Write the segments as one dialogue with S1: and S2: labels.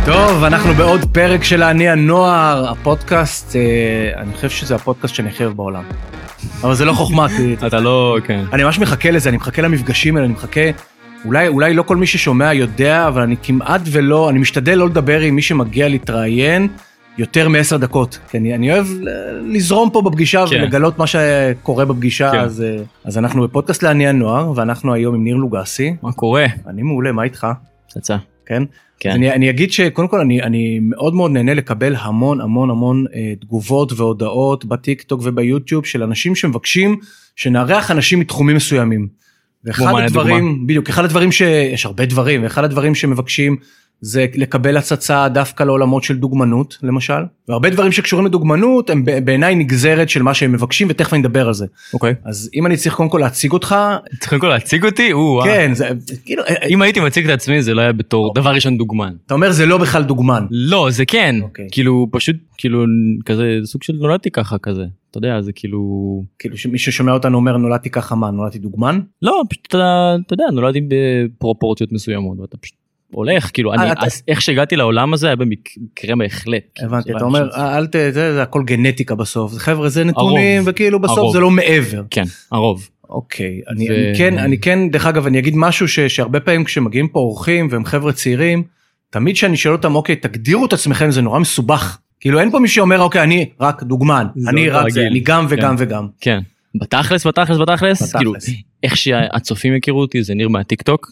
S1: טוב, אנחנו בעוד פרק של אני הנוער, הפודקאסט, אני חושב שזה הפודקאסט שאני הכי אוהב בעולם. אבל זה לא חוכמה, כי...
S2: אתה לא, כן.
S1: אני ממש מחכה לזה, אני מחכה למפגשים האלה, אני מחכה... אולי לא כל מי ששומע יודע, אבל אני כמעט ולא, אני משתדל לא לדבר עם מי שמגיע להתראיין יותר מ10 דקות. כי אני אוהב לזרום פה בפגישה ולגלות מה שקורה בפגישה, אז אנחנו בפודקאסט לעני הנוער, ואנחנו היום עם ניר לוגסי.
S2: מה קורה?
S1: אני מעולה, מה איתך?
S2: צצה.
S1: כן?
S2: כן.
S1: אני אגיד שקודם כל אני מאוד מאוד נהנה לקבל המון תגובות והודעות בטיק טוק וביוטיוב של אנשים שמבקשים שנארח אנשים מתחומים מסוימים. ואחד הדברים, בדיוק, אחד הדברים יש הרבה דברים, ואחד הדברים שמבקשים זה לקבל הצצה דווקא לעולמות של דוגמנות, למשל. והרבה דברים שקשורים לדוגמנות הם בעיניי נגזרת של מה שהם מבקשים, ותכף אני אדבר על זה.
S2: אוקיי.
S1: אז אם אני צריך קודם כל להציג אותך...
S2: צריך קודם כל להציג אותי?
S1: כן, זה... כאילו...
S2: אם הייתי מציג את עצמי, זה לא היה בתור דבר ראשון דוגמן.
S1: אתה אומר, זה לא בכלל דוגמן.
S2: לא, זה כן. כאילו, פשוט, כאילו, כזה, סוג של נולדתי ככה כזה. אתה יודע, זה כאילו...
S1: כאילו, מי ששומע אותנו אומר, נולדתי ככה מה? נולדתי דוגמן?
S2: לא, פשוט, אתה יודע, נולדתי בפרופורציות מסוימות, ואתה פשוט הולך, כאילו, איך שהגעתי לעולם הזה, היה במקרה בהחלט.
S1: הבנתי, אתה אומר, זה הכל גנטיקה בסוף, חבר'ה, זה נתונים, וכאילו בסוף זה לא מעבר.
S2: כן, הרוב.
S1: אוקיי, אני כן, דרך אגב, אני אגיד משהו שהרבה פעמים כשמגיעים פה אורחים, והם חבר'ה צעירים, תמיד שאני שואל אותם, אוקיי, תגדירו את עצמכם, זה נורא מסובך. כאילו, אין פה מי שאומר, אוקיי, אני רק דוגמן, אני רק זה, אני גם וגם וגם.
S2: כן, בתכלס, כאילו, איך שהצופים הכירו אותי, זה ניר מהטיק טוק,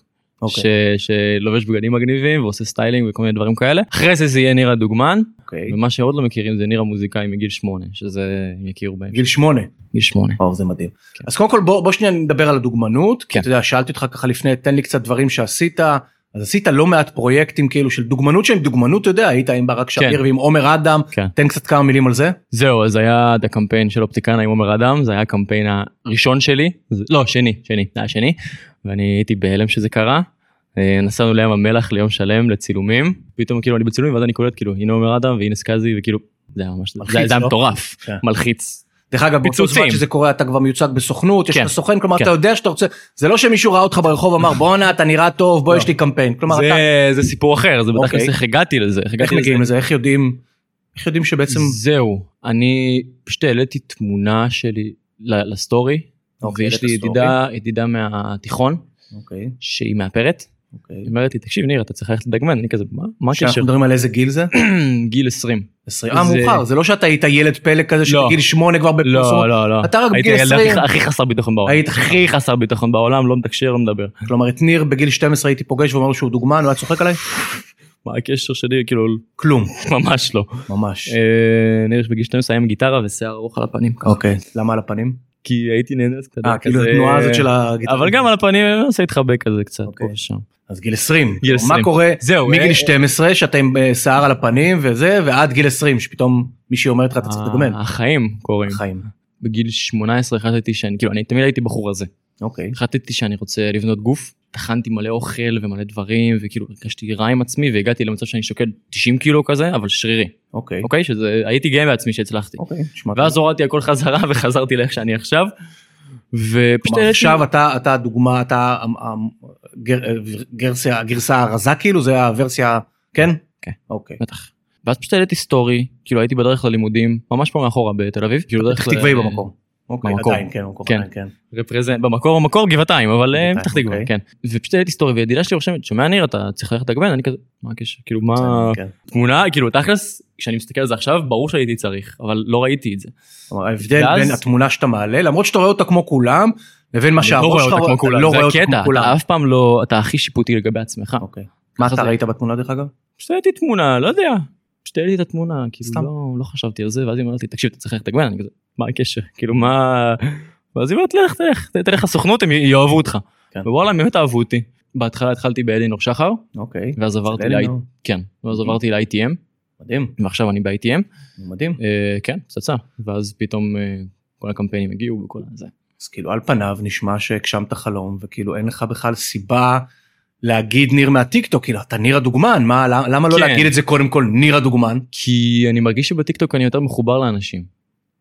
S2: שלובש בגדים מגניבים ועושה סטיילינג וכל מיני דברים כאלה. אחרי זה יהיה ניר הדוגמן, ומה שעוד לא מכירים זה ניר המוזיקאי מגיל 8, שזה יכירו בהם.
S1: גיל 8?
S2: גיל 8.
S1: זה מדהים. אז קודם כל בוא שנייה נדבר על הדוגמנות, כי אתה יודע, שאלתי אותך ככה לפני, תן לי קצת דברים שעשית, אז עשית לא מעט פרויקטים כאילו של דוגמנות, שהם דוגמנות, אתה יודע, היית עם ברק שפיר ועם עומר אדם, תן קצת כמה מילים על זה.
S2: זהו, אז היה את הקמפיין של אופטיקנה עם עומר אדם, זה היה הקמפיין הראשון שלי, לא, שני, זה היה שני, ואני הייתי בהלם שזה קרה, נסענו לים המלח ליום שלם לצילומים, פתאום כאילו אני בצילומים, ואז אני קולט כאילו, הנה עומר אדם והנה סקאזי, וכאילו, זה היה ממש, זה היה מטורף, מלחיץ.
S1: דרך אגב, באותו זמן שזה קורה, אתה כבר מיוצג בסוכנות, יש לך סוכן, כלומר, אתה יודע שאתה רוצה, זה לא שמישהו ראה אותך ברחוב, אמר, בוא אתה נראה טוב, בוא יש לי קמפיין.
S2: זה סיפור אחר, זה בטח איך הגעתי לזה.
S1: איך מגיעים לזה, איך יודעים שבעצם...
S2: זהו, אני פשוט העליתי תמונה שלי לסטורי, ויש לי ידידה מהתיכון, שהיא מאפרת, היא אומרת לי, תקשיב ניר, אתה צריך ללכת לדגמן, אני כזה, מה הקשר?
S1: שאנחנו מדברים על איזה גיל זה?
S2: גיל 20.
S1: מאוחר, זה לא שאתה היית ילד פלא כזה שבגיל 8 כבר בפרסומות.
S2: לא.
S1: אתה רק בגיל 20.
S2: הייתי הכי חסר ביטחון בעולם. היית הכי חסר ביטחון בעולם, לא מתקשר, לא מדבר.
S1: כלומר, את ניר בגיל 12 הייתי פוגש ואומר שהוא דוגמן, הוא היה צוחק עליי?
S2: מה הקשר שלי? כאילו...
S1: כלום.
S2: ממש לא.
S1: ממש.
S2: ניר בגיל 12 היה עם גיטרה ושיער ארוך על הפנים.
S1: אוקיי, למה על הפנים?
S2: כי הייתי נהנס קצת.
S1: כאילו התנועה הזאת של הגיטרה.
S2: אבל גם על הפנים אני עושה להתחבק כזה קצת.
S1: אז גיל 20. מה קורה מגיל 12 שאתה עם שיער על הפנים וזה, ועד גיל 20 שפתאום מישהי אומרת לך אתה צריך לדגמן.
S2: החיים קורים. בגיל 18 החלטתי שאני, כאילו אני תמיד הייתי בחור הזה. החלטתי שאני רוצה לבנות גוף, תכנתי מלא אוכל ומלא דברים, וכאילו הרגשתי רע עם עצמי, והגעתי למצב שאני שוקל 90 קילו כזה, אבל שרירי. אוקיי, שזה, הייתי גאה בעצמי שהצלחתי. ואז הורדתי הכל חזרה, וחזרתי לאיך שאני עכשיו.
S1: עכשיו אתה דוגמה, אתה הגרסה הרזה כאילו, זה הוורסיה, כן?
S2: כן, בטח. ואז פשוט העליתי סטורי, כאילו הייתי בדרך ללימודים, ממש פה מאחורה בתל אביב.
S1: פתח תקוואי במקום. עדיין, כן.
S2: במקור גבעתיים, אבל פתח תקווה, כן. ופשוט הייתי סטורי, וידידה שלי רושמת, שומע ניר, אתה צריך ללכת לדגמן, אני כזה, מה הקשר? כאילו מה... תמונה, כאילו תכלס, כשאני מסתכל על זה עכשיו, ברור שהייתי צריך, אבל לא ראיתי את זה.
S1: כלומר, ההבדל בין התמונה שאתה מעלה, למרות שאתה רואה אותה כמו כולם, לבין מה שהראש שלך לא רואה אותה כמו כולם.
S2: אתה אף פעם לא, אתה הכי שיפוטי לגבי עצמך.
S1: מה אתה ראית בתמונה דרך אגב?
S2: פשוט הייתי תמונה, לא יודע. פשוט העליתי את התמונה, כאילו לא חשבתי על זה, ואז היא אמרת לי, תקשיב, אתה צריך ללכת לדגמן, אני כזה, מה הקשר? כאילו מה... ואז היא אומרת, תלך לסוכנות, הם יאהבו אותך. ווואלה, הם באמת אהבו אותי. בהתחלה התחלתי באלינור שחר, ואז עברתי ל-ITM.
S1: מדהים.
S2: ועכשיו אני ב-ITM.
S1: מדהים.
S2: כן, פצצה. ואז פתאום כל הקמפיינים הגיעו וכל זה.
S1: אז כאילו על פניו נשמע שהגשמת חלום, וכאילו אין לך בכלל סיבה להגיד ניר מהטיקטוק, כאילו אתה ניר הדוגמן, למה לא להגיד את זה קודם כל ניר הדוגמן?
S2: כי אני מרגיש שבטיקטוק אני יותר מחובר לאנשים.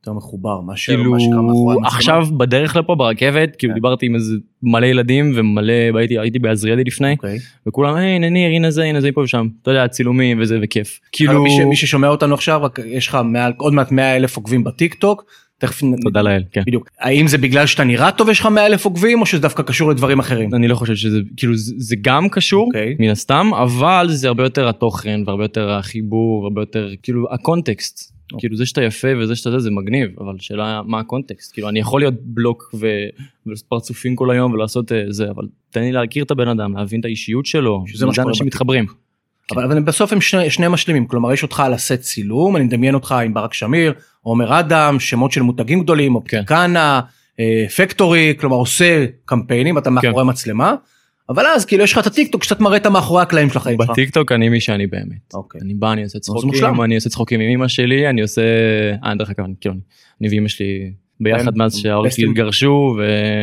S1: יותר מחובר, מאשר
S2: כאילו,
S1: מה שקרה מאחורי המצלמה.
S2: עכשיו בדרך לפה ברכבת, כאילו דיברתי עם איזה מלא ילדים, ומלא, הייתי בעזריאלי לפני, וכולם, הנה זה, פה ושם, אתה יודע, צילומים וזה, וכיף. כאילו...
S1: מי ששומע אותנו עכשיו, יש לך עוד מעט 100,000 עוקבים בטיקטוק,
S2: תודה לאל, כן.
S1: בדיוק. האם זה בגלל שאתה נראה טוב, יש לך 100,000 עוקבים, או שזה דווקא קשור לדברים אחרים?
S2: אני לא חושב שזה, כאילו, זה גם קשור, מן הסתם, אבל זה הרבה יותר התוכן, והרבה יותר החיבור, והרבה יותר, כאילו, הקונטקסט. כאילו, זה שאתה יפה וזה שאתה זה מגניב, אבל שאלה מה הקונטקסט. כאילו, אני יכול להיות בלוק ולעשות פרצופים כל היום ולעשות זה, אבל תן לי להכיר את הבן אדם, להבין את האישיות שלו, שזה אנשים מתחברים.
S1: אבל בסוף הם שני משלימים, כלומר יש אותך על הסט צילום, אני מדמיין אותך עם ברק שמיר, עומר אדם, שמות של מותגים גדולים, אופטיקנה, פקטורי, כלומר עושה קמפיינים, אתה מאחורי מצלמה, אבל אז כאילו יש לך את הטיקטוק, שאתה מראה את מאחורי הקלעים של החיים שלך.
S2: בטיקטוק אני מי שאני באמת. אני בא, אני עושה צחוקים, אני עושה צחוקים עם אמא שלי, אני עושה, דרך אגב, אני ואמא שלי ביחד מאז שההורים שלי התגרשו,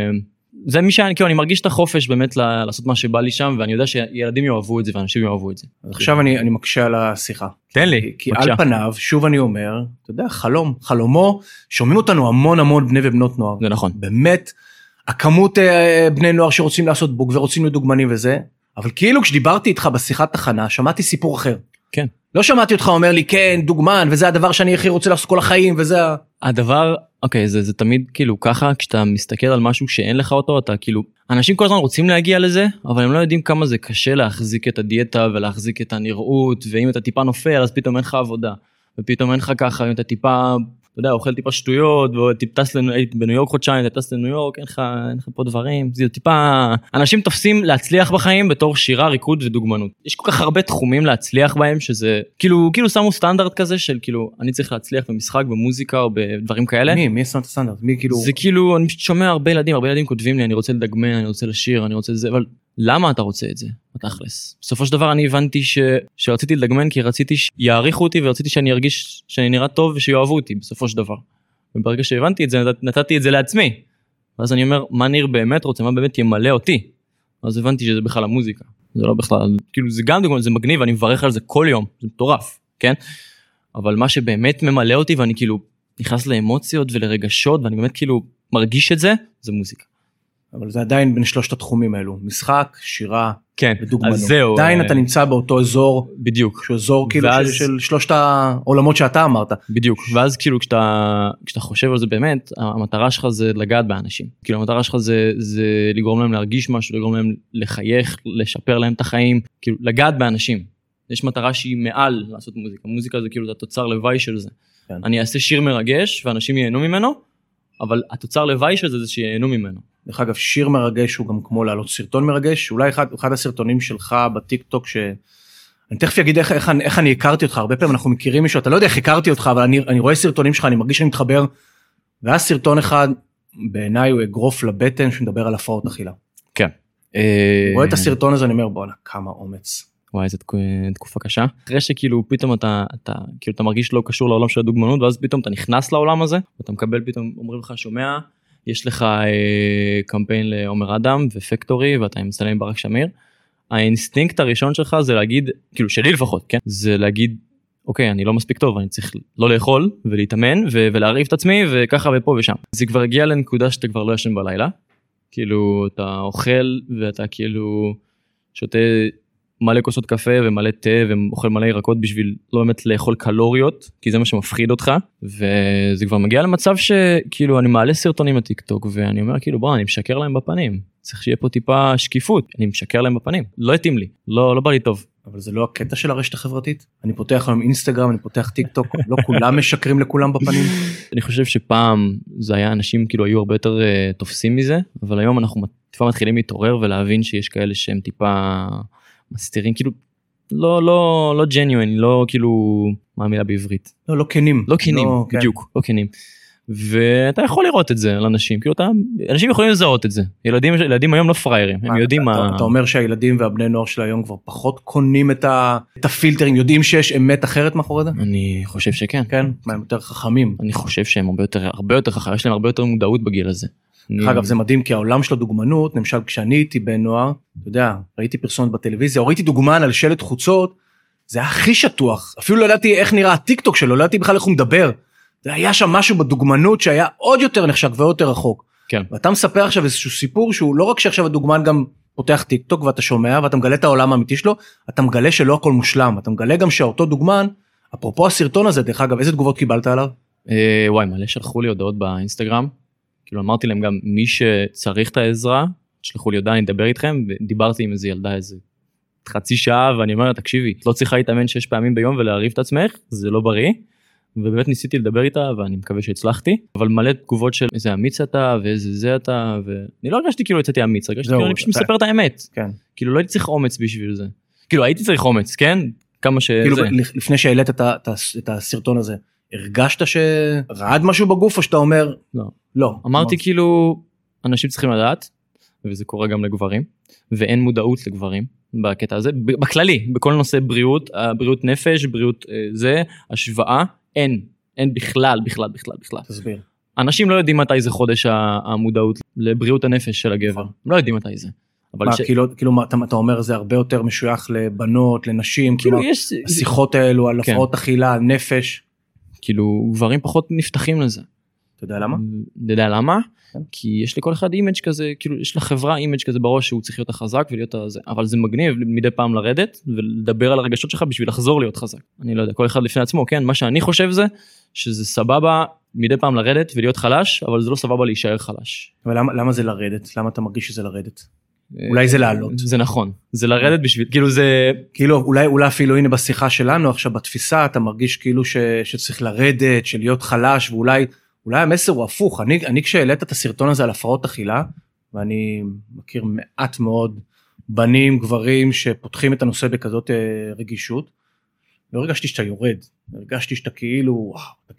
S2: זה מי שאני, כאילו, אני מרגיש את החופש באמת לעשות מה שבא לי שם, ואני יודע שילדים יאהבו את זה, ואנשים יאהבו את זה.
S1: עכשיו אני מקשה על השיחה.
S2: תן לי,
S1: כי על פניו, שוב אני אומר, אתה יודע, חלומו, שומעים אותנו המון בני ובנות נוער.
S2: זה נכון.
S1: באמת, הכמות בני נוער שרוצים לעשות בוק, ורוצים להיות דוגמנים וזה, אבל כאילו כשדיברתי איתך בשיחת תחנה, שמעתי סיפור אחר.
S2: כן.
S1: לא שמעתי אותך אומר לי, כן, דוגמן, וזה הדבר שאני הכי רוצה לעשות כל החיים, וזה...
S2: הדבר, אוקיי, זה תמיד כאילו ככה, כשאתה מסתכל על משהו שאין לך אותו, אתה כאילו, אנשים כל הזמן רוצים להגיע לזה, אבל הם לא יודעים כמה זה קשה להחזיק את הדיאטה, ולהחזיק את הנראות, ואם אתה טיפה נופל, אז פתאום אין לך עבודה, ופתאום אין לך ככה, אם אתה טיפה, אתה יודע, אוכל טיפה שטויות, וטס בניו יורק חודשיים, אתה טס לניו יורק, אין לך פה דברים, זה טיפה, אנשים תופסים להצליח בחיים בתור שירה, ריקוד ודוגמנות. יש כל כך הרבה תחומים להצליח בהם, שזה, כאילו שמו סטנדרט כזה של, כאילו, אני צריך להצליח במשחק, במוזיקה או בדברים כאלה.
S1: מי שם את הסטנדרט? מי כאילו...
S2: זה כאילו, אני פשוט שומע הרבה ילדים כותבים לי, אני רוצה לדגמן, אני רוצה לשיר, אני רוצה זה, אבל למה אתה רוצה את זה? בתכלס. בסופו של דבר אני הבנתי שרציתי לדגמן כי רציתי שיעריכו אותי ורציתי שאני ארגיש שאני נראה טוב ושיאהבו אותי בסופו של דבר. וברגע שהבנתי את זה, נתתי את זה לעצמי. ואז אני אומר, מה ניר באמת רוצה, מה באמת ימלא אותי? אז הבנתי שזה בכלל המוזיקה. זה לא בכלל, כאילו זה גם דוגמא, זה מגניב, אני מברך על זה כל יום, זה מטורף, כן? אבל מה שבאמת ממלא אותי ואני כאילו נכנס לאמוציות ולרגשות ואני באמת כאילו מרגיש את זה, זה מוזיקה.
S1: אבל זה עדיין בין שלושת התחומים האלו, משחק, שירה,
S2: כן,
S1: ודוגמנות.
S2: אז זהו.
S1: עדיין אתה נמצא באותו אזור,
S2: בדיוק.
S1: שהוא אזור כאילו של שלושת העולמות שאתה אמרת.
S2: בדיוק, ואז כאילו כשאתה חושב על זה באמת, המטרה שלך זה לגעת באנשים. כאילו המטרה שלך זה לגרום להם להרגיש משהו, לגרום להם לחייך, לשפר להם את החיים, כאילו לגעת באנשים. יש מטרה שהיא מעל לעשות מוזיקה. מוזיקה זה כאילו התוצר לוואי של זה. כן. אני אעשה שיר מרגש ואנשים ייהנו ממנו, אבל התוצר לוואי של זה שיהנו ממנו.
S1: דרך אגב, שיר מרגש הוא גם כמו לעלות סרטון מרגש, אולי אחד הסרטונים שלך בטיק טוק, אני תכף אגיד איך אני הכרתי אותך, הרבה פעמים אנחנו מכירים מישהו, אתה לא יודע איך הכרתי אותך, אבל אני רואה סרטונים שלך, אני מרגיש שאני מתחבר, ואז סרטון אחד, בעיניי הוא אגרוף לבטן, שמדבר על הפרעות אכילה.
S2: כן.
S1: רואה את הסרטון הזה, אני אומר, בוא'נה, כמה אומץ.
S2: וואי, זו תקופה קשה. אחרי שכאילו פתאום אתה מרגיש לא קשור לעולם של הדוגמנות, ואז פתאום אתה נכנס לעולם הזה, ואתה מקבל פתאום, אומרים לך, שומע, יש לך קמפיין לעומר אדם ופקטורי, ואתה מצלם ברק שמיר. האינסטינקט הראשון שלך זה להגיד, כאילו שלי לפחות, כן? זה להגיד, אוקיי, אני לא מספיק טוב, אני צריך לא לאכול ולהתאמן ולהרעיב את עצמי וככה ופה ושם. זה כבר הגיע לנקודה שאתה כבר לא ישן בלילה. כאילו, אתה אוכל ואתה כאילו שותה מלא כוסות קפה ומלא תה ואוכל מלא ירקות בשביל לא באמת לאכול קלוריות, כי זה מה שמפחיד אותך, וזה כבר מגיע למצב שכאילו אני מעלה סרטונים בטיקטוק, ואני אומר כאילו בוא, אני משקר להם בפנים, צריך שיהיה פה טיפה שקיפות, אני משקר להם בפנים, לא התאים לי, לא בא לי טוב.
S1: אבל זה לא הקטע של הרשת החברתית? אני פותח היום אינסטגרם, אני פותח טיק טוק, לא כולם משקרים לכולם בפנים?
S2: אני חושב שפעם זה היה אנשים כאילו היו הרבה יותר תופסים מזה, אבל היום אנחנו טיפה מתחילים להתעורר ולהבין שיש כאלה שהם טיפה מסתירים, כאילו, לא ג'ניואן, לא כאילו, מה המילה בעברית?
S1: לא כנים.
S2: לא כנים, בדיוק, לא כנים. ואתה יכול לראות את זה לאנשים, כאילו, אנשים יכולים לזהות את זה. ילדים היום לא פריירים, הם יודעים מה...
S1: אתה אומר שהילדים והבני נוער של היום כבר פחות קונים את הפילטרים, יודעים שיש אמת אחרת מאחורי זה?
S2: אני חושב שכן.
S1: כן? מה, הם יותר חכמים?
S2: אני חושב שהם הרבה יותר חכמים, יש להם הרבה יותר מודעות בגיל הזה.
S1: אגב, זה מדהים, כי העולם של הדוגמנות, למשל, כשאני הייתי בן נוער, אתה יודע, ראיתי פרסומת בטלוויזיה, או ראיתי דוגמן על שלט חוצות, זה היה הכי שטוח, אפילו לא ידעתי איך נראה הטיקטוק שלו, לא ידעתי בכלל איך הוא מדבר, היה שם משהו בדוגמנות שהיה עוד יותר נחשק ועוד יותר רחוק.
S2: כן.
S1: ואתה מספר עכשיו איזשהו סיפור שהוא לא רק שעכשיו הדוגמן גם פותח טיק טוק ואתה שומע ואתה מגלה את העולם האמיתי שלו, אתה מגלה שלא הכל מושלם, אתה מגלה גם שאותו דוגמן, אפרופו הסרטון הזה, דרך אגב, איזה תגובות קיבלת עליו?
S2: וואי, מלא שלחו לי הודעות באינסטגרם, כאילו אמרתי להם גם מי שצריך את העזרה, תשלחו לי הודעה, אני אדבר איתכם, ודיברתי עם איזה ילדה איזה חצי שעה, ואני אומר, תקשיבי, לא צריכה להתאמן 6 פעמים ביום ולהריב את עצמך, זה לא בריא, ובאמת ניסיתי לדבר איתה, ואני מקווה שהצלחתי, אבל מלא תגובות של איזה אמיץ אתה, ואיזה זה אתה, ואני לא הרגשתי כאילו יצאתי אמיץ, הרגשתי כאילו אני פשוט מספר את האמת, כאילו לא הייתי צריך אומץ בשביל זה, כאילו הייתי צריך אומץ, כן? כמה שזה.
S1: כאילו לפני שהעלית את הסרטון הזה, הרגשת שרעד משהו בגוף, או שאתה אומר, לא.
S2: אמרתי כאילו, אנשים צריכים לדעת, וזה קורה גם לגברים, ואין מודעות לגברים בקטע הזה, בכללי, בכל נושא בריאות, בריאות נפש, בריאות זה, השוואה, אין בכלל.
S1: תסביר. אנשים
S2: לא יודעים מתי זה חודש המודעות לבריאות הנפש של הגבר, לא יודעים מתי זה.
S1: כאילו אתה אומר זה הרבה יותר משוייך לבנות, לנשים, כאילו השיחות האלו על הפרעות אכילה, על נפש.
S2: כאילו גברים פחות נפתחים לזה.
S1: אתה יודע למה?
S2: אתה יודע למה? כי יש לכל אחד אימג' כזה, כאילו יש לחברה אימג' כזה בראש שהוא צריך להיות החזק ולהיות הזה, אבל זה מגניב מדי פעם לרדת ולדבר על הרגשות שלך בשביל לחזור להיות חזק. אני לא יודע, כל אחד לפני עצמו, כן? מה שאני חושב זה, שזה סבבה מדי פעם לרדת ולהיות חלש, אבל זה לא סבבה להישאר חלש.
S1: אבל למה זה לרדת? למה אתה מרגיש שזה לרדת? אולי זה לעלות.
S2: זה נכון, זה לרדת בשביל, כאילו זה...
S1: כאילו אולי אפילו הנה בשיחה שלנו עכשיו בתפיסה, אתה מרגיש כאילו שצריך לרדת, של להיות חלש, ואולי המסר הוא הפוך. אני כשהעלית את הסרטון הזה על הפרעות אכילה, ואני מכיר מעט מאוד בנים, גברים, שפותחים את הנושא בכזאת רגישות, לא הרגשתי שאתה יורד, הרגשתי שאתה כאילו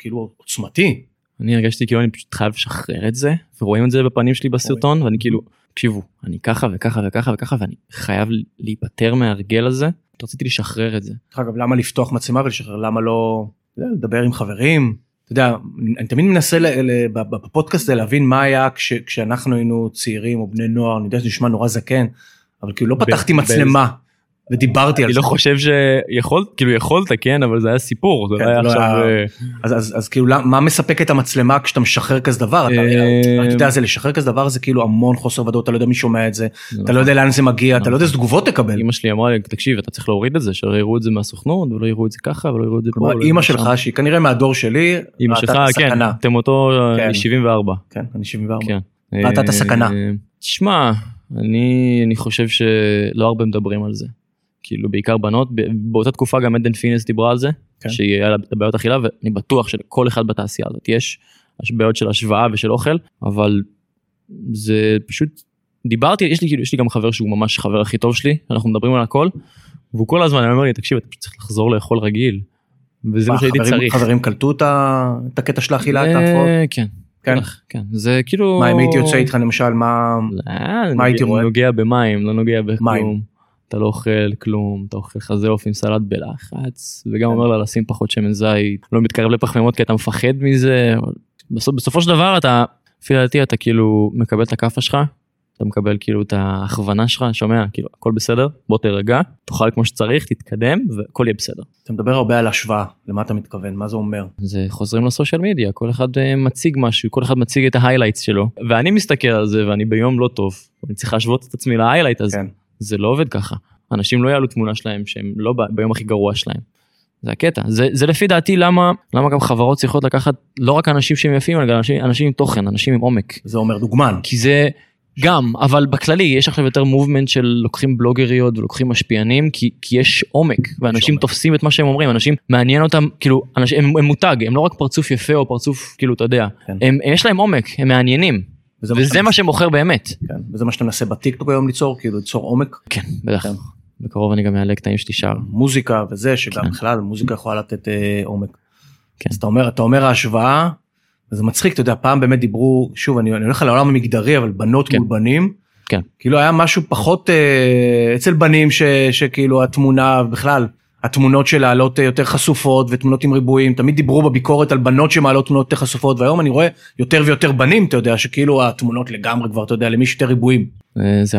S1: עוצמתי.
S2: אני הרגשתי כאילו אני פשוט חייב לשחרר את זה, ורואים את זה בפנים שלי בסרטון, ואני כאילו, תקשיבו, אני ככה וככה וככה וככה, ואני חייב להיפטר מהרגל הזה, רציתי לשחרר את זה.
S1: אגב, למה לפתוח מצלמה ולשחרר? למה לא לדבר עם חברים? אתה יודע, אני תמיד מנסה בפודקאסט הזה להבין מה היה כשאנחנו היינו צעירים או בני נוער, אני יודע שזה נשמע נורא זקן, אבל כאילו לא פתחתי מצלמה ודיברתי על זה.
S2: אני לא חושב שיכולת, כאילו יכולת, כן, אבל זה היה סיפור, זה היה עכשיו...
S1: אז כאילו, מה מספק את המצלמה כשאתה משחרר כזה דבר? אתה יודע, זה לשחרר כזה דבר, זה כאילו המון חוסר ודאות, אתה לא יודע מי שומע את זה, אתה לא יודע לאן זה מגיע, אתה לא יודע איזה תגובות תקבל.
S2: אמא שלי אמרה לי, תקשיב, אתה צריך להוריד את זה, שלא יראו את זה מהסוכנות, ולא יראו את זה ככה, ולא יראו את זה פה.
S1: אמא שלך, שהיא כנראה מהדור שלי,
S2: אמא שלך, כן, אתם אותו 74.
S1: כן, אני 74. ראתה את הסכנה.
S2: תשמע, אני חושב שלא הרבה מדברים על זה. כאילו בעיקר בנות, באותה תקופה גם עדן פינס דיברה על זה, שהיא היה לבעיות אכילה, ואני בטוח שלכל אחד בתעשייה הזאת יש בעיות של השוואה ושל אוכל, אבל זה פשוט, דיברתי, יש לי גם חבר שהוא ממש חבר הכי טוב שלי, אנחנו מדברים על הכל, והוא כל הזמן אומר לי, תקשיב, אתה פשוט צריך לחזור לאכול רגיל, וזה מה שהייתי צריך.
S1: חברים קלטו את הקטע של האכילה, את ההפרעות?
S2: כן. כן, זה כאילו...
S1: מה, אם הייתי יוצא איתך למשל, מה הייתי רואה?
S2: נוגע במים, לא נוגע בכלום. אתה לא אוכל כלום, אתה אוכל חזה עוף עם סלט בלחץ, וגם אומר לה לשים פחות שמן זית, לא מתקרב לפחמימות כי אתה מפחד מזה, בסופו של דבר אתה, לפי דעתי אתה כאילו מקבל את הכאפה שלך, אתה מקבל כאילו את ההכוונה שלך, שומע, כאילו הכל בסדר, בוא תרגע, תאכל כמו שצריך, תתקדם והכל יהיה בסדר. אתה
S1: מדבר הרבה על השוואה, למה אתה מתכוון, מה זה אומר?
S2: זה חוזרים לסושיאל מדיה, כל אחד מציג משהו, כל אחד מציג את ההיילייטס שלו, ואני מסתכל על זה ואני ביום לא טוב, אני צריך להשוות את עצמי להיילייט הזה. זה לא עובד ככה. אנשים לא יעלו תמונה שלהם שהם לא ביום הכי גרוע שלהם. זה הקטע. זה לפי דעתי למה גם חברות צריכות לקחת לא רק אנשים שהם יפים, אלא גם אנשים עם תוכן, אנשים עם עומק.
S1: זה אומר דוגמן.
S2: כי זה גם, אבל בכללי יש עכשיו יותר מובמנט של לוקחים בלוגריות ולוקחים משפיענים, כי יש עומק, ואנשים תופסים את מה שהם אומרים, אנשים מעניין אותם, כאילו, הם מותג, הם לא רק פרצוף יפה או פרצוף, כאילו, אתה יודע, יש להם עומק, הם מעניינים. וזה מה שמוכר באמת.
S1: כן, וזה מה שאתה מנסה בטיקטוק היום ליצור, כאילו ליצור עומק.
S2: כן, בטח. בקרוב אני גם אעלה קטעים שלי שר.
S1: מוזיקה וזה, שגם בכלל מוזיקה יכולה לתת עומק. אז אתה אומר ההשוואה, וזה מצחיק, אתה יודע, פעם באמת דיברו, שוב, אני הולך על העולם המגדרי, אבל בנות מול בנים, כאילו היה משהו פחות אצל בנים, שכאילו התמונה בכלל, התמונות של העלות יותר חשופות ותמונות עם ריבועים, תמיד דיברו בביקורת על בנות שמעלות תמונות יותר חשופות, והיום אני רואה יותר ויותר בנים, אתה יודע, שכאילו התמונות לגמרי כבר, אתה יודע, למי שיותר ריבועים.
S2: זה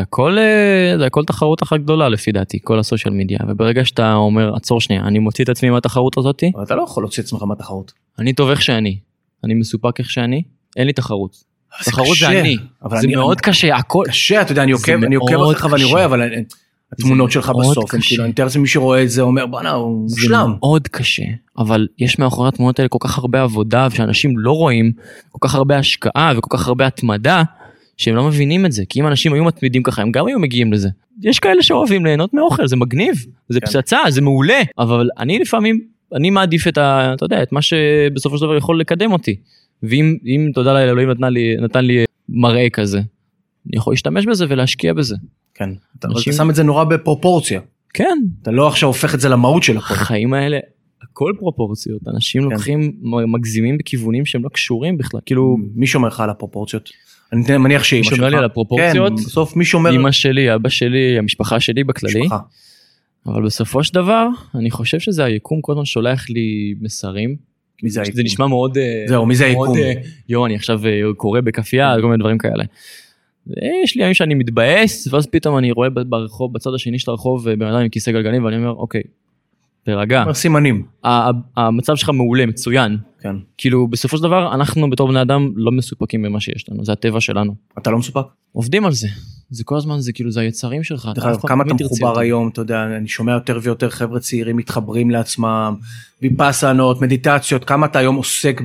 S2: הכל תחרות אחת גדולה לפי דעתי, כל הסושיאל מדיה, וברגע שאתה אומר, עצור שנייה, אני מוציא את עצמי מהתחרות הזאת,
S1: אבל אתה לא יכול להוציא את עצמך מהתחרות.
S2: אני טוב איך שאני, אני מסופק איך שאני, אין לי תחרות. תחרות זה אני, זה מאוד קשה, הכל.
S1: קשה, אתה יודע, אני עוקב אחריך ואני רואה, אבל התמונות שלך בסוף, אני מתאר לעצמי מי שרואה את זה אומר, בוא'נה, הוא מושלם.
S2: זה מאוד קשה, אבל יש מאחורי התמונות האלה כל כך הרבה עבודה, ושאנשים לא רואים, כל כך הרבה השקעה וכל כך הרבה התמדה, שהם לא מבינים את זה, כי אם אנשים היו מתמידים ככה, הם גם היו מגיעים לזה. יש כאלה שאוהבים ליהנות מאוכל, זה מגניב, זה פצצה, זה מעולה, אבל אני לפעמים, אני מעדיף אתה יודע, את מה שבסופו של דבר יכול לקדם אותי. ואם תודה לאלוהים נתן לי מראה כזה, אני יכול להשתמש בזה ולהשקיע בזה.
S1: כן, אתה שם את זה נורא בפרופורציה.
S2: כן.
S1: אתה לא עכשיו הופך את זה למהות של הכל.
S2: החיים האלה, הכל פרופורציות, אנשים לוקחים, מגזימים בכיוונים שהם לא קשורים בכלל, כאילו...
S1: מי שומר לך על הפרופורציות? אני מניח שאמא שלך.
S2: מי שומר לי על הפרופורציות?
S1: כן, בסוף מי שומר...
S2: אמא שלי, אבא שלי, המשפחה שלי בכללי. אבל בסופו של דבר, אני חושב שזה היקום כל הזמן שולח לי מסרים.
S1: מי זה היקום?
S2: זה נשמע מאוד...
S1: זהו, מי זה היקום?
S2: אני עכשיו קורא בקפייה, כל מיני דברים כאלה. יש לי ימים שאני מתבאס, ואז פתאום אני רואה ברחוב, בצד השני של הרחוב, בן אדם עם כיסא גלגלים, ואני אומר, אוקיי, תרגע.
S1: סימנים.
S2: המצב שלך מעולה, מצוין.
S1: כן.
S2: כאילו, בסופו של דבר, אנחנו בתור בני אדם לא מסופקים במה שיש לנו, זה הטבע שלנו.
S1: אתה לא מסופק?
S2: עובדים על זה. זה כל הזמן, זה כאילו, זה היצרים שלך.
S1: כמה אתה מחובר היום, אתה יודע, אני שומע יותר ויותר חבר'ה צעירים מתחברים לעצמם, ויפאסנות, מדיטציות, כמה אתה היום עוסק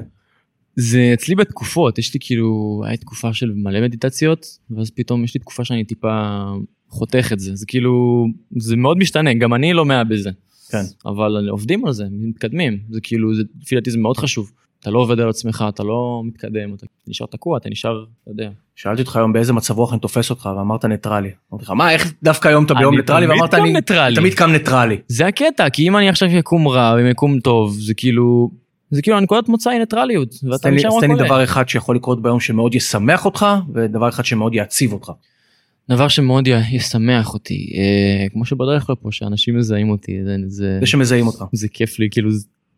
S2: זה אצלי בתקופות, יש לי כאילו, היה תקופה של מלא מדיטציות, ואז פתאום יש לי תקופה שאני טיפה חותך את זה, זה כאילו, זה מאוד משתנה, גם אני לא מאה בזה.
S1: כן.
S2: אבל עובדים על זה, מתקדמים, זה כאילו, לפי דעתי זה מאוד חשוב. אתה לא עובד על עצמך, אתה לא מתקדם, אתה נשאר תקוע, אתה נשאר, אתה יודע.
S1: שאלתי אותך היום באיזה מצב רוח אני תופס אותך, ואמרת ניטרלי. אמרתי לך, מה, איך דווקא היום אתה ביום ניטרלי? ואמרת אני תמיד קם ניטרלי.
S2: זה הקטע, כי אם אני עכשיו יקום רע ויקום טוב, זה כאילו הנקודת מוצא היא ניטרליות.
S1: אז תן לי דבר אחד שיכול לקרות ביום שמאוד ישמח אותך, ודבר אחד שמאוד יעציב אותך.
S2: דבר שמאוד ישמח אותי, כמו שבדרך כלל פה, שאנשים מזהים אותי,
S1: זה שמזהים אותך.
S2: זה כיף לי, כאילו,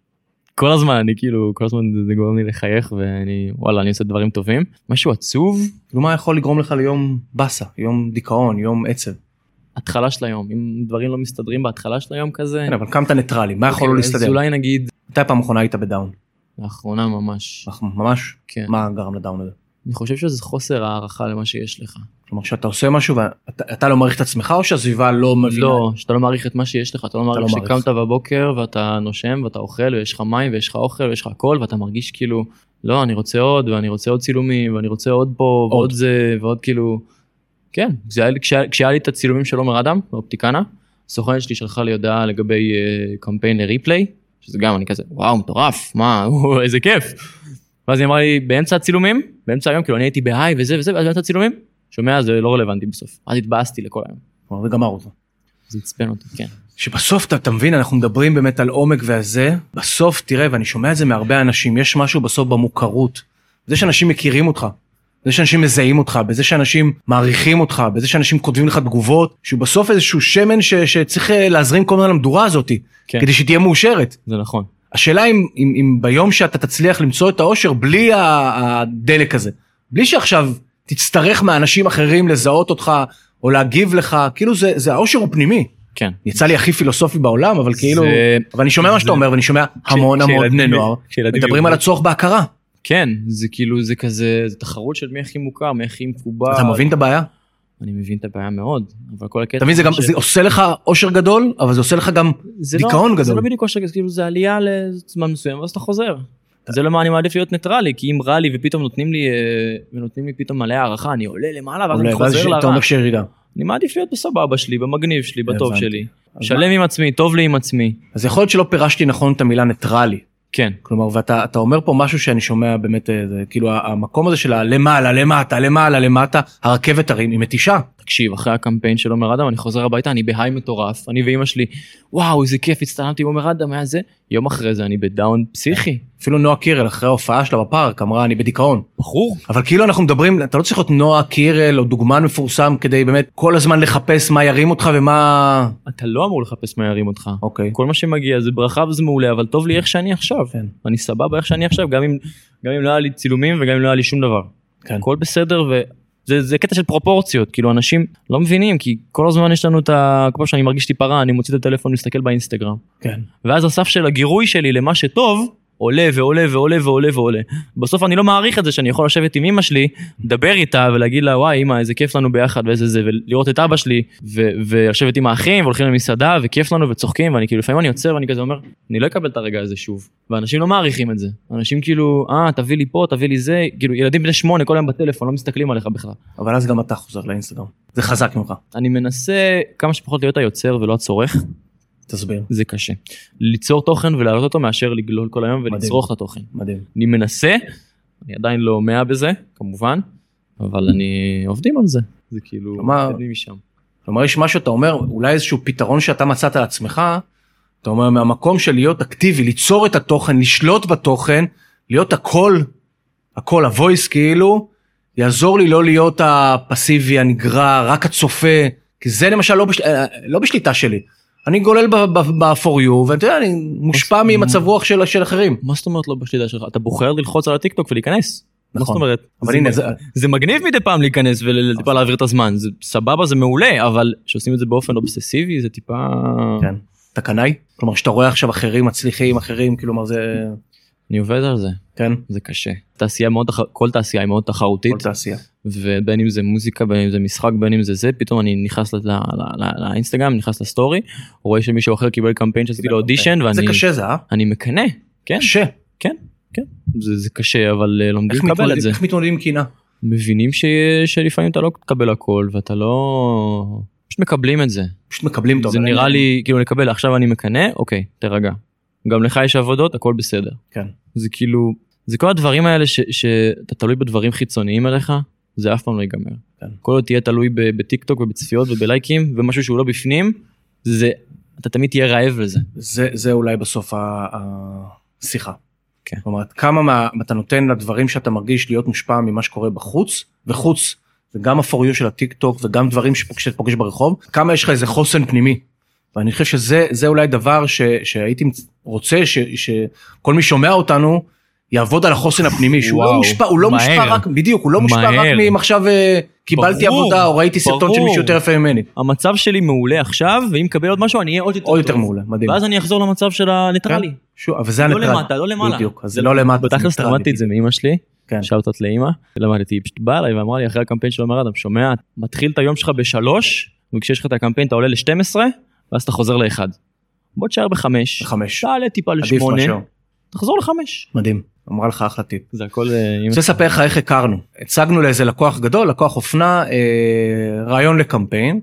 S2: כל הזמן זה גורם לי לחייך, וואלה, אני עושה דברים טובים. משהו עצוב.
S1: כאילו מה יכול לגרום לך ליום בסה, יום דיכאון, יום עצב?
S2: התחלה של היום, אם דברים לא מסתדרים בהתחלה של היום כזה.
S1: כן, אבל קמת ניטרלי, מה יכול לא להסתדר?
S2: אז אולי נגיד...
S1: מתי פעם אחרונה היית בדאון?
S2: לאחרונה ממש.
S1: ממש?
S2: כן.
S1: מה גרם לדאון הזה?
S2: אני חושב שזה חוסר הערכה למה שיש לך.
S1: כלומר, שאתה עושה משהו ואתה לא מעריך את עצמך, או שהסביבה לא מבינה?
S2: לא, שאתה לא מעריך את מה שיש לך, אתה לא מעריך שקמת בבוקר ואתה נושם ואתה אוכל ויש לך מים ויש לך אוכל ויש לך הכל ואתה מרגיש כאילו, לא, אני רוצה עוד ואני רוצה עוד צילומים ואני רוצה עוד פה ועוד זה ועוד כאילו, כן, כשהיה לי את הצילומים של עומר אדם, באופטיקנה, הסוכנת שלי שלחה לי הודעה לגבי קמפיין לריפליי, שזה גם אני כזה, וואו, מטורף, מה, איזה כיף. ואז היא אמרה לי, באמצע הצילומים, באמצע היום, כאילו אני הייתי בהיי וזה וזה, ואז באמצע הצילומים, שומע, זה לא רלוונטי בסוף. אז התבאסתי לכל היום.
S1: זה גמר אותו.
S2: זה הצפן אותי, כן.
S1: שבסוף אתה מבין, אנחנו מדברים באמת על עומק והזה, בסוף תראה, ואני שומע את זה מהרבה אנשים, יש משהו בסוף במוכרות, זה שאנשים מכירים אותך, בזה שאנשים מזהים אותך, בזה שאנשים מעריכים אותך, בזה שאנשים כותבים לך תגובות, שהוא בסוף איזשהו שמן שצריך להזרים כל מיני למדורה הזאת,
S2: כן.
S1: כדי שתהיה מאושרת.
S2: זה נכון.
S1: השאלה אם ביום שאתה תצליח למצוא את האושר בלי הדלק הזה, בלי שעכשיו תצטרך מאנשים אחרים לזהות אותך או להגיב לך, כאילו זה האושר הוא פנימי.
S2: כן.
S1: יצא לי הכי פילוסופי בעולם, אבל כאילו, אבל אני שומע מה שאתה אומר, ואני שומע המון בני נוער, מדברים על הצורך בהכרה.
S2: כן, זה כאילו, זה כזה, זה תחרות של מי הכי מוכר, מי הכי מקובל.
S1: אתה מבין את הבעיה?
S2: אני מבין את הבעיה מאוד, אבל כל הקטע...
S1: אתה מבין, זה עושה לך אושר גדול, אבל זה עושה לך גם דיכאון גדול.
S2: זה לא בדיוק אושר גדול, כאילו זה עלייה לזמן מסוים, ואז אתה חוזר. זה למה אני מעדיף להיות ניטרלי, כי אם רע לי ופתאום נותנים לי פתאום מלא הערכה, אני עולה למעלה ואז אני חוזר לרע.
S1: אתה אומר שירידה.
S2: אני מעדיף להיות בסבבה שלי, במגניב שלי, בטוב שלי. שלם עם עצמי, טוב לי עם עצמי.
S1: אז יכול להיות שלא פירשתי נכון את המילה ניטרלי.
S2: כן.
S1: כלומר, ואתה אומר פה משהו שאני שומע באמת, כאילו המקום הזה של למעלה, למטה, למעלה, למטה, הרכבת הרים היא מתישה.
S2: תקשיב, אחרי הקמפיין של עומר אדם, אני חוזר הביתה, אני בהיי מטורף, אני ואמא שלי, וואו, איזה כיף, הצטלמתי עם עומר אדם, היה זה, יום אחרי זה אני בדאון פסיכי.
S1: אפילו נועה קירל, אחרי ההופעה שלה בפארק, אמרה, אני בדיכאון.
S2: בחור.
S1: אבל כאילו אנחנו מדברים, אתה לא צריך להיות נועה קירל, או דוגמן מפורסם, כדי באמת כל הזמן לחפש מה ירים אותך ומה...
S2: אתה לא אמור לחפש מה ירים אותך.
S1: אוקיי.
S2: כל מה שמגיע זה ברכה וזה מעולה, אבל טוב לי איך שאני עכשיו.
S1: כן.
S2: אני סבבה איך שאני עכשיו, גם אם לא היה לי צילומים וגם אם לא היה לי שום דבר.
S1: כן.
S2: הכל בסדר זה קטע של פרופורציות, כאילו אנשים לא מבינים, כי כל הזמן יש לנו את כמו שאני מרגיש טיפה רע, אני מוציא את הטלפון ומסתכל באינסטגרם.
S1: כן.
S2: ואז הסף של הגירוי שלי למה שטוב, עולה ועולה ועולה ועולה ועולה. בסוף אני לא מעריך את זה שאני יכול לשבת עם אמא שלי, לדבר איתה ולהגיד לה, וואי אמא, איזה כיף לנו ביחד ואיזה זה, ולראות את אבא שלי, ולשבת עם האחים, והולכים למסעדה, וכיף לנו וצוחקים, ואני כאילו, לפעמים אני יוצר ואני כזה אומר, אני לא אקבל את הרגע הזה שוב. ואנשים לא מעריכים את זה. אנשים כאילו, תביא לי פה, תביא לי זה, כאילו, ילדים בני 8 כל היום בטלפון, לא מסתכלים עליך בכלל.
S1: אבל אז גם אתה חוזר לאינסטגרם. זה חזק ממך.
S2: אני מנסה כמה שפחות להיות היוצר ולא הצורך.
S1: תסביר.
S2: זה קשה. ליצור תוכן ולהעלות אותו מאשר לגלול כל היום ולצרוך את התוכן.
S1: מדהים.
S2: אני מנסה, אני עדיין לא 100 בזה, כמובן, אבל אני עובדים על זה. זה כאילו, מתקדמים משם.
S1: כלומר, יש משהו, אתה אומר, אולי איזשהו פתרון שאתה מצאת על עצמך, אתה אומר, מהמקום של להיות אקטיבי, ליצור את התוכן, לשלוט בתוכן, להיות הכל, הוויס כאילו, יעזור לי לא להיות הפסיבי, הנגרר, רק הצופה, כי זה למשל לא בשליטה שלי. אני גולל ב-for you, ואתה יודע, אני מושפע ממצב רוח של אחרים.
S2: מה זאת אומרת לא בשליטה שלך? אתה בוחר ללחוץ על הטיקטוק ולהיכנס.
S1: נכון.
S2: מה זאת אומרת?
S1: אבל הנה,
S2: זה מגניב מדי פעם להיכנס וטיפה להעביר את הזמן. זה סבבה, זה מעולה, אבל שעושים את זה באופן אובססיבי, זה טיפה...
S1: כן. אתה קנאי? כלומר, שאתה רואה עכשיו אחרים, מצליחים אחרים, כלומר זה...
S2: אני עובד על זה.
S1: כן.
S2: זה קשה. כל תעשייה היא מאוד תחרותית.
S1: כל תעשייה.
S2: ובין אם זה מוזיקה, בין אם זה משחק, בין אם זה זה, פתאום אני נכנס לאינסטגרם, נכנס לסטורי, רואה שמישהו אחר קיבל קמפיין שעשיתי לו אודישן, ואני...
S1: זה קשה זה,
S2: אני מקנה, כן.
S1: קשה.
S2: כן, כן. זה קשה, אבל לומדים לקבל את זה.
S1: איך מתמודדים עם קינה?
S2: מבינים שלפעמים אתה לא תקבל הכל, ואתה לא... פשוט מקבלים את זה.
S1: פשוט מקבלים טוב.
S2: זה נראה לי, כאילו נקבל, עכשיו אני מקנה, אוקיי, תרגע. גם לך יש עבודות, הכל בסדר.
S1: כן.
S2: זה כאילו, זה כל הדברים האלה שאתה תלוי בדברים חיצוניים עליך, זה אף פעם לא ייגמר.
S1: כן.
S2: כל עוד תהיה תלוי בטיק טוק ובצפיות ובלייקים, ומשהו שהוא לא בפנים, אתה תמיד תהיה רעב לזה.
S1: זה אולי בסוף השיחה.
S2: כן.
S1: זאת אומרת, כמה אתה נותן לדברים שאתה מרגיש להיות מושפע ממה שקורה בחוץ, וחוץ, זה גם הפוריו של הטיק טוק, וגם דברים שאתה פוגש ברחוב, כמה יש לך איזה חוסן פנימי. ואני חושב שזה אולי דבר שהייתי רוצה שכל מי שומע אותנו יעבוד על החוסן הפנימי, שהוא לא מושפע רק, בדיוק, הוא לא מושפע רק מעכשיו קיבלתי עבודה או ראיתי סרטון של מישהו יותר יפה ממני.
S2: המצב שלי מעולה עכשיו, ואם קבל עוד משהו אני אהיה עוד יותר
S1: מעולה, מדהים.
S2: ואז אני אחזור למצב של הניטרלי. לא למטה, לא למעלה.
S1: בדיוק, אז זה לא למטה.
S2: בתכלס למדתי את זה מאמא שלי, שאלת לאמא, למדתי, היא פשוט באה אליי ואמרה לי אחרי הקמפיין של עומר אדם, שומע, מתחיל את היום שלך ב3, וכשיש לך את הקמפיין אתה עולה ל12, ואז אתה חוזר ל1. בוא תשאר ב5, תעלה טיפה ל8, תחזור ל5.
S1: מדהים, אמרה לך אחלה טיפ.
S2: זה הכל...
S1: אני רוצה לספר לך איך הכרנו. הצגנו לאיזה לקוח גדול, לקוח אופנה, רעיון לקמפיין,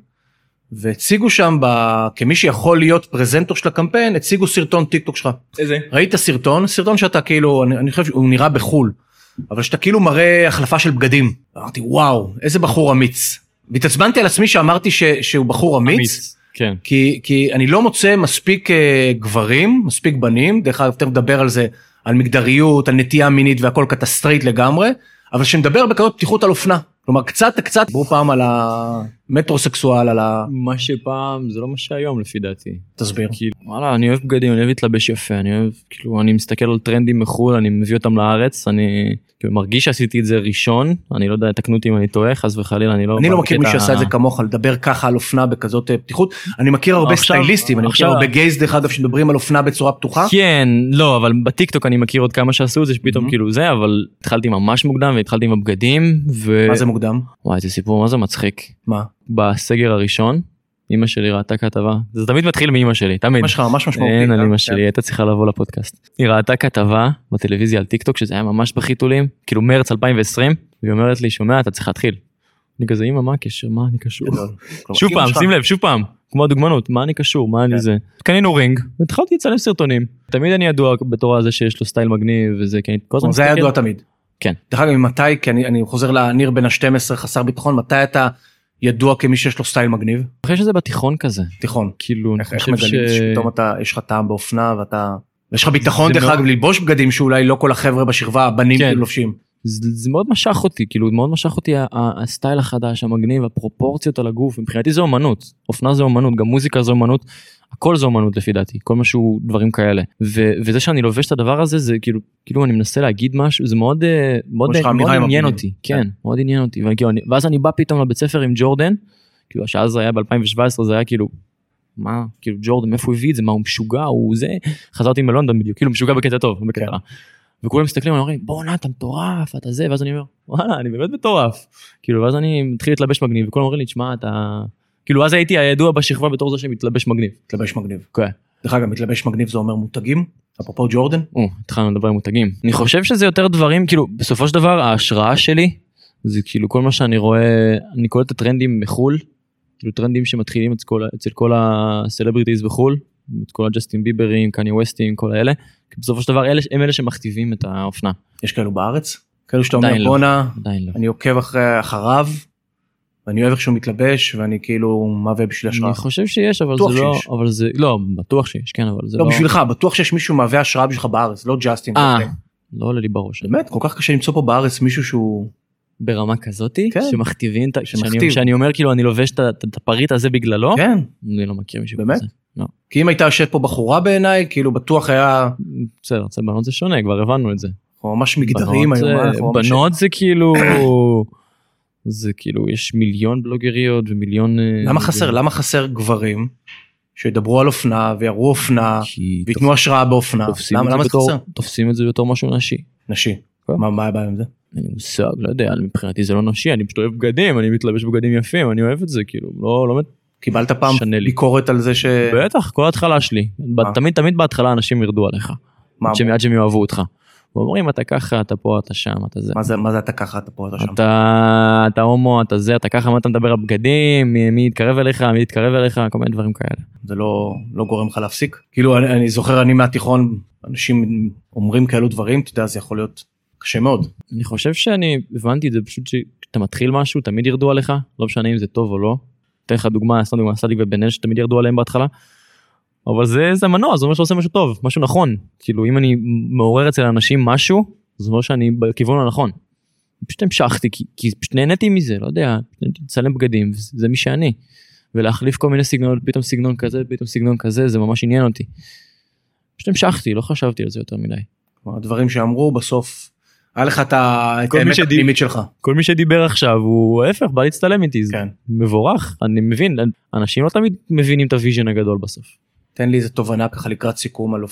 S1: והציגו שם, כמי שיכול להיות פרזנטור של הקמפיין, הציגו סרטון טיק טוק שלך.
S2: איזה?
S1: ראית סרטון שאתה כאילו, אני חושב שהוא נראה בחול, אבל שאתה כאילו מראה החלפה של בגדים. אמרתי, וואו, איזה בחור אמיץ. והתעצבנתי על עצמי שאמרתי שהוא בחור אמיץ,
S2: כן.
S1: כי אני לא מוצא מספיק גברים, מספיק בנים, דרך אגב, יותר מדבר על זה, על מגדריות, על נטייה מינית והכל קטסטרייט לגמרי, אבל שנדבר בכזאת פתיחות על אופנה. כלומר, קצת, בואו פעם על המטרוסקסואל, על
S2: מה שפעם, זה לא מה שהיום לפי דעתי.
S1: תסביר.
S2: כאילו, וואלה, אני אוהב בגדים, אני אוהב להתלבש יפה, אני מסתכל על טרנדים מחול, אני מביא אותם לארץ, אני מרגיש שעשיתי את זה ראשון, אני לא יודע, תקנו אותי אם אני טועה, חס וחלילה, אני לא
S1: מכיר מי שעשה את זה כמוך, לדבר ככה על אופנה בכזאת פתיחות, אני מכיר הרבה סטייליסטים, אני מכיר הרבה גייז דרך אגב שמדברים על אופנה בצורה פתוחה.
S2: כן, לא, אבל בטיקטוק אני מכיר עוד כמה שעשו את זה, שפתאום כאילו זה, אבל התחלתי ממש מוקדם, והתחלתי עם הבגדים,
S1: מה זה מוקדם?
S2: וואי, זה סיפור, מה זה מצחיק?
S1: מה?
S2: בסגר הראשון, אמא שלי ראתה כתבה, זה תמיד מתחיל מאמא שלי, תמיד.
S1: אמא שלך ממש משמעותי.
S2: אין, על אמא שלי, הייתה צריכה לבוא לפודקאסט. היא ראתה כתבה בטלוויזיה על טיקטוק, שזה היה ממש בחיתולים, כאילו מרץ 2020, והיא אומרת לי, שומע, אתה צריך להתחיל. אני כזה, אמא, מה הקשר? מה אני קשור? שוב פעם, שים לב, שוב פעם, כמו הדוגמנות, מה אני קשור? מה אני זה? קנינו רינג, והתחלתי לצלם סרטונים. תמיד אני ידוע בתור הזה שיש לו סטייל מגניב, וזה,
S1: זה היה ידוע תמיד.
S2: כן.
S1: דרך אגב, ממתי, כי אני חוזר לניר בן ה-12 חסר ביטחון, מתי אתה ידוע כמי שיש לו סטייל מגניב?
S2: אחרי שזה בתיכון כזה.
S1: תיכון.
S2: כאילו,
S1: איך מגלים שפתאום יש לך טעם באופנה ואתה... יש לך ביטחון דרך אגב ללבוש בגדים שאולי לא כל החבר'ה בשכבה, הבנים לובשים.
S2: זה מאוד משך אותי, כאילו מאוד משך אותי הסטייל החדש, המגניב, הפרופורציות על הגוף, מבחינתי זה אומנות, אופנה זה אומנות, גם מוזיקה זה אומנות, הכל זה אומנות לפי דעתי, כל משהו, דברים כאלה, וזה שאני לובש את הדבר הזה, זה כאילו אני מנסה להגיד משהו, זה מאוד עניין אותי, כן, מאוד עניין אותי, ואז אני בא פתאום לבית ספר עם ג'ורדן, כאילו שאז היה ב-2017, זה היה כאילו מה, כאילו ג'ורדן, מאיפה הוא הביא את זה, מה הוא משוגע, הוא זה, חזרתי מלונדון בדיוק, כאילו משוגע בקטע טוב, בקטע רע. וכולם מסתכלים ואומרים, בוא נע, אתה מטורף, אתה זה, ואז אני אומר, וואלה, אני באמת מטורף. כאילו, ואז אני מתחיל להתלבש מגניב, וכולם אומרים לי, תשמע, אתה... כאילו, אז הייתי הידוע בשכבה בתור זה שמתלבש מגניב.
S1: מתלבש מגניב.
S2: כן.
S1: דרך אגב, מתלבש מגניב זה אומר מותגים, אפרופו ג'ורדן.
S2: התחלנו לדבר על מותגים. אני חושב שזה יותר דברים, כאילו, בסופו של דבר, ההשראה שלי, זה כאילו כל מה שאני רואה, אני קורא את הטרנדים מחול, כאילו טרנדים שמתחילים אצל כל הסלבריטיז בחול, את כל הג'סטין ביברים, קניה ווסטים, כל האלה, כי בסופו של דבר הם אלה שמכתיבים את האופנה.
S1: יש כאלו בארץ? כאלו שאתה אומר בונה, אני עוקב אחריו, ואני אוהב איך שהוא מתלבש, ואני כאילו מהווה בשביל השראה.
S2: אני חושב שיש, אבל זה לא, אבל זה, לא, בטוח שיש, כן, אבל זה לא...
S1: לא, בשבילך, בטוח שיש מישהו מהווה השראה בשבילך בארץ, לא ג'סטין.
S2: לא עולה לי בראש.
S1: באמת, כל כך קשה למצוא פה בארץ מישהו שהוא...
S2: ברמה כזאתי, שמכתיבים, שאני אומר כאילו אני לובש את הפריט הזה בגללו,
S1: כן.
S2: אני לא מכיר מישהו
S1: כזה. באמת? כי אם הייתה יושב פה בחורה בעיניי, כאילו בטוח היה...
S2: בסדר, בנות זה שונה, כבר הבנו את זה.
S1: אנחנו ממש מגדרים היום.
S2: בנות זה כאילו... זה כאילו, יש מיליון בלוגריות ומיליון...
S1: למה חסר גברים שידברו על אופנה ויראו אופנה ויתנו השראה באופנה? למה זה חסר?
S2: תופסים את זה בתור משהו נשי.
S1: נשי. מה הבעיה עם זה?
S2: אני מושג, לא יודע, מבחינתי זה לא נשי, אני פשוט אוהב בגדים, אני מתלבש בגדים יפים, אני אוהב את זה, כאילו, לא...
S1: קיבלת פעם ביקורת על זה ש...
S2: בטח, כל ההתחלה שלי. תמיד בהתחלה אנשים ירדו עליך. עד שהם יאהבו אותך. ואומרים, אתה ככה, אתה פה, אתה שם, אתה זה.
S1: מה זה אתה ככה, אתה פה, אתה שם?
S2: אתה הומו, אתה זה, אתה ככה, מה אתה מדבר על בגדים, מי יתקרב אליך, מי יתקרב אליך, כל מיני דברים כאלה.
S1: זה לא גורם לך להפסיק? כאילו, אני זוכר, אני מהתיכון, אנשים אומרים כאלו דברים, אתה יודע, זה יכול להיות קשה מאוד.
S2: אני חושב שאני הבנתי את זה פשוט שאתה מתחיל משהו, תמיד ירדו עליך, לא משנה אם זה טוב או לא. אתן לך דוגמה, סדיק ובן אל, שתמיד ירדו עליהם בהתחלה. אבל זה מנוע, זה אומר שעושה משהו טוב, משהו נכון. כאילו, אם אני מעורר אצל אנשים משהו, זה אומר שאני בכיוון הנכון. פשוט המשכתי, כי פשוט נהניתי מזה, לא יודע, לצלם בגדים, זה מי שאני. ולהחליף כל מיני סגנון, פתאום סגנון כזה, פתאום סגנון כזה, זה ממש עניין אותי. פשוט המשכתי, לא חשבתי על זה יותר מדי.
S1: הדברים שאמרו בסוף, היה לך את האמת הפנימית שלך.
S2: כל מי שדיבר עכשיו, הוא ההפך, בא להצטלם איתי, זה מבורך, אני מבין, אנשים לא תמיד מבינים את הוויז'ן הגדול בסוף.
S1: תן לי איזה תובנה ככה לקראת סיכום על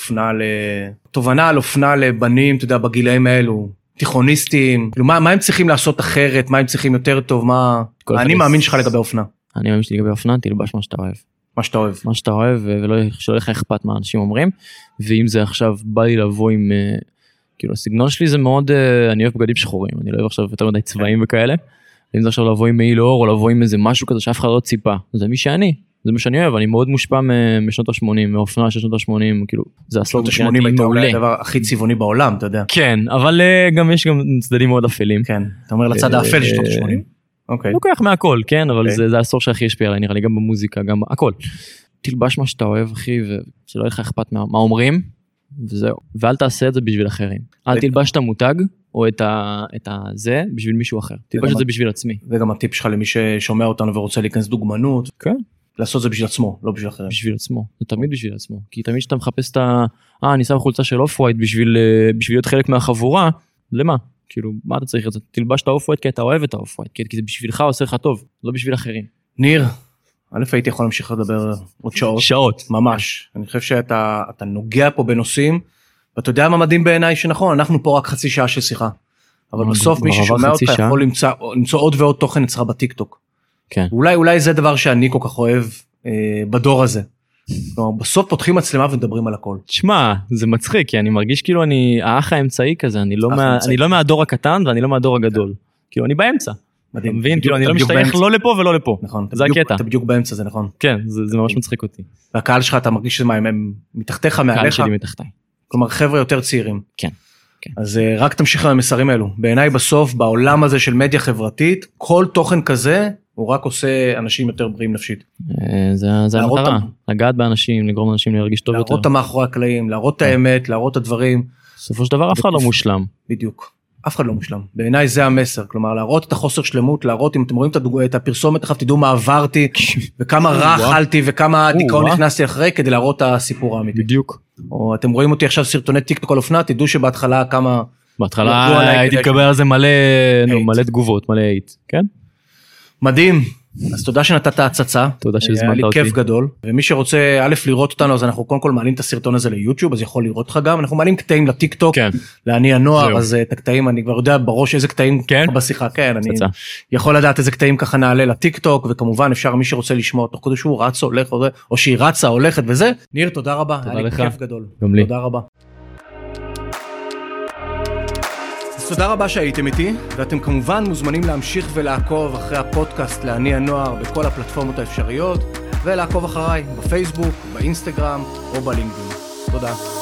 S1: תובנה על אופנה לבנים, אתה יודע, בגילאים האלו, תיכוניסטים, מה הם צריכים לעשות אחרת, מה הם צריכים יותר טוב, אני מאמין שלך לגבי אופנה.
S2: אני מאמין שלי לגבי אופנה, תלבש מה שאתה אוהב.
S1: מה שאתה אוהב.
S2: מה שאתה אוהב, שלא לך אכפת מה אנשים אומרים, ואם זה עכשיו בא לי לבוא עם, כאילו הסגנון שלי זה מאוד, אני אוהב בגדים שחורים, אני לא אוהב עכשיו יותר מדי צבעים וכאלה, ואם זה עכשיו לבוא עם מעיל אור, או לבוא עם איזה משהו כזה שאף אחד לא ציפה, זה מי שאני. זה מה שאני אוהב, אני מאוד מושפע משנות ה-80, מאופנה של שנות ה-80, כאילו, זה הסלוג
S1: מבחינתי מעולה. שנות ה-80 הייתה הדבר הכי צבעוני בעולם, אתה יודע.
S2: כן, אבל יש גם צדדים מאוד אפלים.
S1: כן, אתה אומר לצד האפל של שנות ה-80. אוקיי.
S2: לוקח מהכל, כן, אבל זה העשור שהכי השפיע עליי, נראה לי גם במוזיקה, גם הכל. תלבש מה שאתה אוהב, אחי, ושלא יהיה לך אכפת מה אומרים, וזהו. ואל תעשה את זה בשביל אחרים. אל תלבש את המותג, או את זה, בשביל מישהו אחר. תלבש את זה בשביל עצמי.
S1: זה גם הטיפ שלך למי ששומע אותנו ורוצה להיכנס דוגמנות.
S2: כן.
S1: לעשות זה בשביל עצמו, לא בשביל אחרים.
S2: בשביל עצמו, זה תמיד בשביל עצמו. כי תמיד שאתה מחפש את אני שם חולצה של אוף-ווייט בשביל להיות חלק מהחבורה, למה? כאילו, מה אתה צריך את זה? תלבש את האוף-ווייט כי אתה אוהב את האוף-ווייט, כי זה בשבילך עושה לך טוב, לא בשביל אחרים.
S1: ניר, הייתי יכול להמשיך לדבר עוד שעות.
S2: שעות.
S1: ממש. אני חושב שאתה נוגע פה בנושאים, ואתה יודע מה מדהים בעיניי שנכון, אנחנו פה רק חצי שעה של שיחה. אבל בסוף מי ששומע אותך יכול למצוא עוד ועוד תוכן אצלך בטיקטוק.
S2: כן.
S1: אולי זה דבר שאני כל כך אוהב בדור הזה. בסוף פותחים מצלמה ומדברים על הכל.
S2: תשמע, זה מצחיק, כי אני מרגיש כאילו אני האח האמצעי כזה, אני לא מהדור הקטן ואני לא מהדור הגדול. כאילו אני באמצע. אתה מבין? כאילו אני לא משתייך לא לפה ולא לפה.
S1: נכון.
S2: זה הקטע.
S1: אתה בדיוק באמצע, זה נכון.
S2: כן, זה ממש מצחיק אותי.
S1: והקהל שלך, אתה מרגיש שזה מה, הם מתחתיך, מעליך?
S2: קהל שלי מתחתיי.
S1: כלומר, חבר'ה יותר צעירים.
S2: כן.
S1: אז רק תמשיך עם המסרים האלו. בעיניי בסוף, בעולם הזה של מדיה חברתית, כל תוכן כזה, הוא רק עושה אנשים יותר בריאים נפשית.
S2: זה המטרה, לגעת באנשים, לגרום אנשים להרגיש טוב יותר.
S1: להראות את מאחורי הקלעים, להראות את האמת, להראות את הדברים.
S2: בסופו של דבר אף אחד לא מושלם.
S1: בדיוק, אף אחד לא מושלם. בעיניי זה המסר, כלומר להראות את החוסר שלמות, להראות אם אתם רואים את הפרסומת, איך תדעו מה עברתי, וכמה רע אכלתי, וכמה דיכאון נכנסתי אחרי, כדי להראות את הסיפור האמיתי.
S2: בדיוק.
S1: או אתם רואים אותי עכשיו סרטוני טיקטוק על אופנה, תדעו שבהתחלה כמה...
S2: בהתחלה הייתי לקבל על זה מלא תגובות, מלא אייט, כן?
S1: מדהים, אז תודה שנתת הצצה.
S2: תודה שהזמנת אותי.
S1: היה לי כיף גדול. ומי שרוצה א' לראות אותנו, אז אנחנו קודם כל מעלים את הסרטון הזה ליוטיוב, אז יכול לראות לך גם. אנחנו מעלים קטעים לטיק טוק, לעני הנוער, אז את הקטעים, אני כבר יודע בראש איזה קטעים בשיחה, כן, אני יכול לדעת איזה קטעים ככה נעלה לטיק טוק, וכמובן אפשר מי שרוצה לשמוע תוך כדי שהוא רץ, הולך, או שהיא רצה, הולכת וזה. ניר, תודה רבה. היה לי כיף גדול. תודה רבה. תודה רבה שהייתם איתי, ואתם כמובן מוזמנים להמשיך ולעקוב אחרי הפודקאסט לעני הנוער בכל הפלטפורמות האפשריות, ולעקוב אחריי בפייסבוק, באינסטגרם או בלינקדאין. תודה.